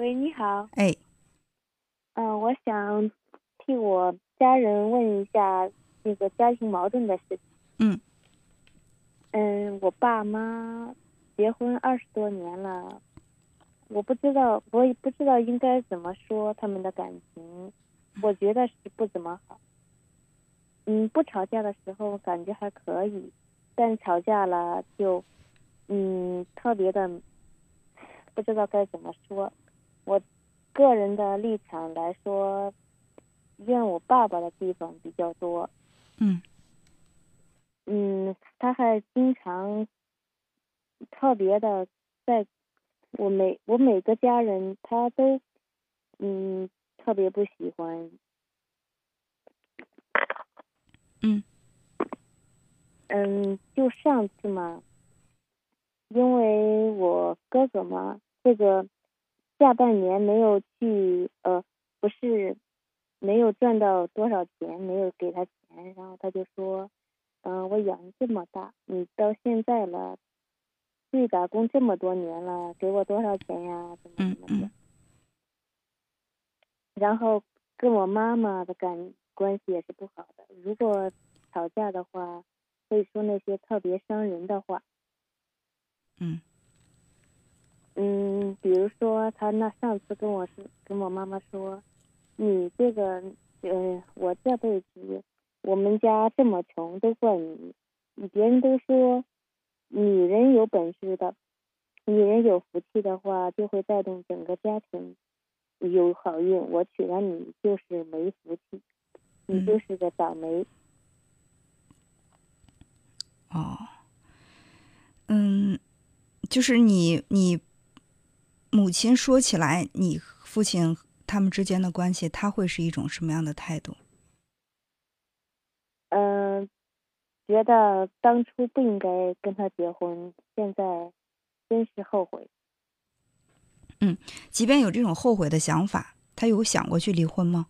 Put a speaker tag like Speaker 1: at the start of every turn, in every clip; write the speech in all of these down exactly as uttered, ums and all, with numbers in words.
Speaker 1: 喂，你好。
Speaker 2: 哎，
Speaker 1: 嗯、呃我想替我家人问一下那个家庭矛盾的事情。
Speaker 2: 嗯
Speaker 1: 嗯，我爸妈结婚二十多年了，我不知道，我也不知道应该怎么说他们的感情。我觉得是不怎么好。嗯，不吵架的时候感觉还可以，但吵架了就嗯特别的不知道该怎么说。我个人的立场来说，怨我爸爸的地方比较多。
Speaker 2: 嗯
Speaker 1: 嗯，他还经常特别的在我每我每个家人他都嗯特别不喜欢。
Speaker 2: 嗯
Speaker 1: 嗯，就上次嘛，因为我哥哥嘛，这个下半年没有去，呃，不是没有赚到多少钱，没有给他钱，然后他就说，嗯、我养你这么大，你到现在了，去打工这么多年了，给我多少钱呀？怎么怎么的。
Speaker 2: 嗯嗯
Speaker 1: 然后跟我妈妈的感关系也是不好的，如果吵架的话，会说那些特别伤人的话。
Speaker 2: 嗯
Speaker 1: 嗯，比如说他那上次跟我是跟我妈妈说，你这个呃，我这辈子我们家这么穷都怪你，你别人都说女人有本事的，女人有福气的话就会带动整个家庭有好运，我娶了你就是没福气，你
Speaker 2: 嗯，
Speaker 1: 就是个倒霉。
Speaker 2: 哦，嗯，就是你你母亲说起来，你父亲他们之间的关系，他会是一种什么样的态度？
Speaker 1: 嗯、觉得当初不应该跟他结婚，现在真是后悔。
Speaker 2: 嗯，即便有这种后悔的想法，他有想过去离婚吗？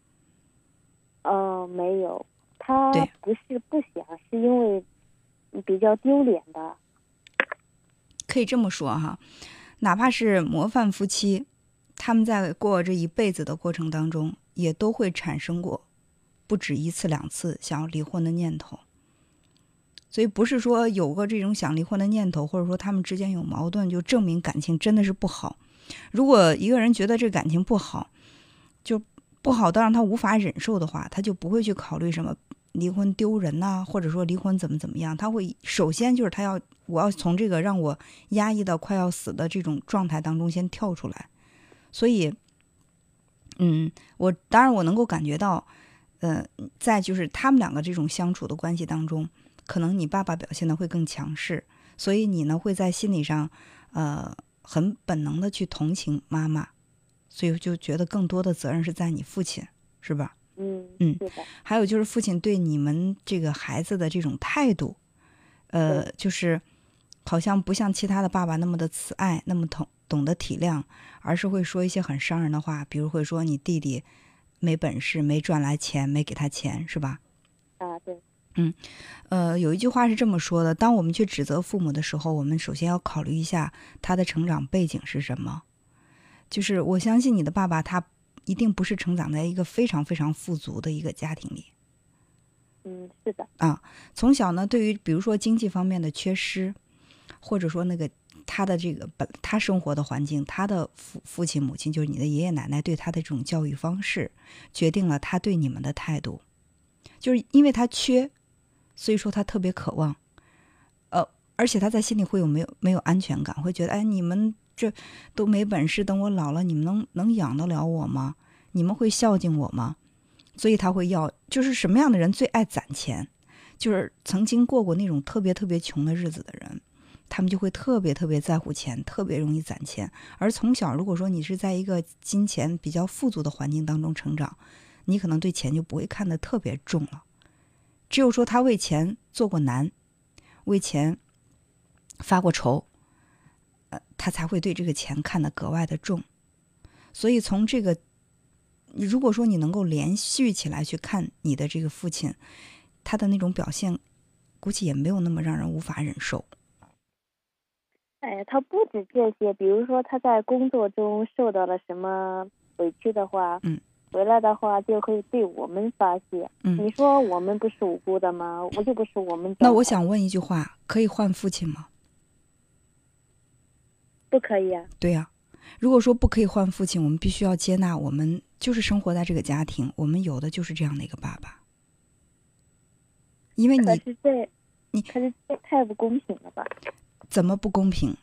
Speaker 1: 呃，没有，他
Speaker 2: 对，
Speaker 1: 不是不想，是因为比较丢脸的。
Speaker 2: 可以这么说哈，哪怕是模范夫妻，他们在过这一辈子的过程当中，也都会产生过不止一次两次想要离婚的念头。所以不是说有过这种想离婚的念头，或者说他们之间有矛盾，就证明感情真的是不好。如果一个人觉得这感情不好，就不好到让他无法忍受的话，他就不会去考虑什么离婚丢人呐、或者说离婚怎么怎么样。他会首先就是他要我要从这个让我压抑到快要死的这种状态当中先跳出来。所以，嗯，我当然我能够感觉到，呃，在就是他们两个这种相处的关系当中，可能你爸爸表现的会更强势，所以你呢会在心理上，呃，很本能的去同情妈妈，所以就觉得更多的责任是在你父亲，是吧？
Speaker 1: 嗯，
Speaker 2: 嗯，
Speaker 1: 是的。
Speaker 2: 还有就是父亲对你们这个孩子的这种态度，
Speaker 1: 对。
Speaker 2: 呃，就是好像不像其他的爸爸那么的慈爱，那么懂懂得体谅，而是会说一些很伤人的话，比如会说你弟弟没本事，没赚来钱，没给他钱，是吧？
Speaker 1: 啊，对。
Speaker 2: 嗯，呃，有一句话是这么说的：当我们去指责父母的时候，我们首先要考虑一下他的成长背景是什么。就是我相信你的爸爸，他一定不是成长在一个非常非常富足的一个家庭里。
Speaker 1: 嗯，是的。
Speaker 2: 啊，从小呢，对于比如说经济方面的缺失，或者说那个他的这个本他生活的环境，他的父父亲母亲，就是你的爷爷奶奶对他的这种教育方式，决定了他对你们的态度。就是因为他缺，所以说他特别渴望，呃，而且他在心里会有没有没有安全感，会觉得哎，你们这都没本事，等我老了，你们能能养得了我吗？你们会孝敬我吗？所以他会要，就是什么样的人最爱攒钱？就是曾经过过那种特别特别穷的日子的人，他们就会特别特别在乎钱，特别容易攒钱。而从小，如果说你是在一个金钱比较富足的环境当中成长，你可能对钱就不会看得特别重了。只有说他为钱做过难，为钱发过愁，呃，他才会对这个钱看得格外的重。所以从这个，如果说你能够连续起来去看你的这个父亲，他的那种表现，估计也没有那么让人无法忍受。
Speaker 1: 哎呀，他不止这些，比如说他在工作中受到了什么委屈的话，
Speaker 2: 嗯，
Speaker 1: 回来的话就会对我们发泄。
Speaker 2: 嗯，
Speaker 1: 你说我们不是无辜的吗？我就不是我们。
Speaker 2: 那我想问一句话，可以换父亲吗？
Speaker 1: 不可以啊。
Speaker 2: 对呀、啊，如果说不可以换父亲，我们必须要接纳我们就是生活在这个家庭，我们有的就是这样的一个爸爸。因为你
Speaker 1: 可是这
Speaker 2: 你
Speaker 1: 可是这太不公平了吧？
Speaker 2: 怎么不公平？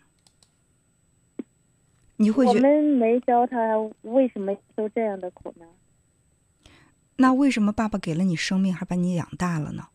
Speaker 2: 你会觉
Speaker 1: 我们没教他，为什么受这样的苦呢？
Speaker 2: 那为什么爸爸给了你生命，还把你养大了呢？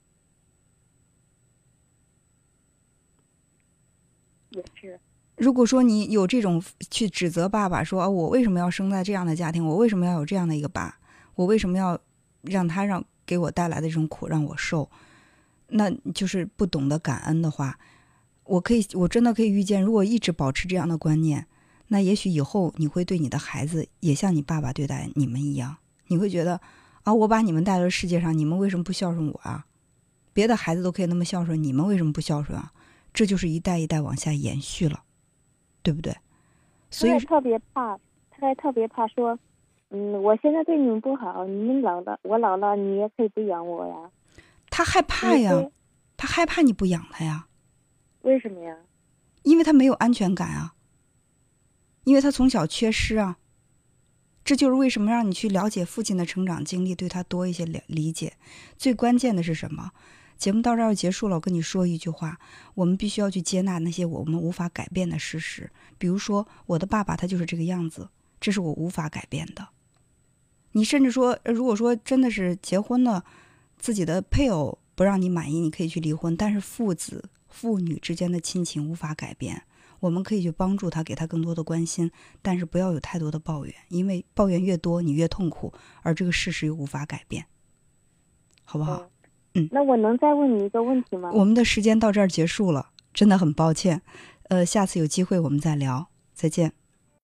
Speaker 1: 也是。
Speaker 2: 如果说你有这种去指责爸爸说，哦，我为什么要生在这样的家庭，我为什么要有这样的一个爸，我为什么要让他让给我带来的这种苦让我受，那就是不懂得感恩的话，我可以我真的可以预见，如果一直保持这样的观念，那也许以后你会对你的孩子也像你爸爸对待你们一样，你会觉得啊，我把你们带到世界上，你们为什么不孝顺我啊？别的孩子都可以那么孝顺，你们为什么不孝顺啊？这就是一代一代往下延续了，对不对？所以
Speaker 1: 他还特别怕，他还特别怕说，嗯，我现在对你们不好，你们老了，我老了，你也可以不养我呀。
Speaker 2: 他害怕呀，他害怕你不养他呀。
Speaker 1: 为什么呀？
Speaker 2: 因为他没有安全感啊，因为他从小缺失啊。这就是为什么让你去了解父亲的成长经历，对他多一些理解。最关键的是什么？节目到这儿结束了，我跟你说一句话，我们必须要去接纳那些我们无法改变的事实。比如说我的爸爸他就是这个样子，这是我无法改变的。你甚至说如果说真的是结婚了，自己的配偶不让你满意，你可以去离婚，但是父子父女之间的亲情无法改变，我们可以去帮助他，给他更多的关心，但是不要有太多的抱怨，因为抱怨越多你越痛苦，而这个事实又无法改变，好不好？
Speaker 1: 嗯嗯，那我能再问你一个问题吗？
Speaker 2: 我们的时间到这儿结束了，真的很抱歉，呃，下次有机会我们再聊，再见。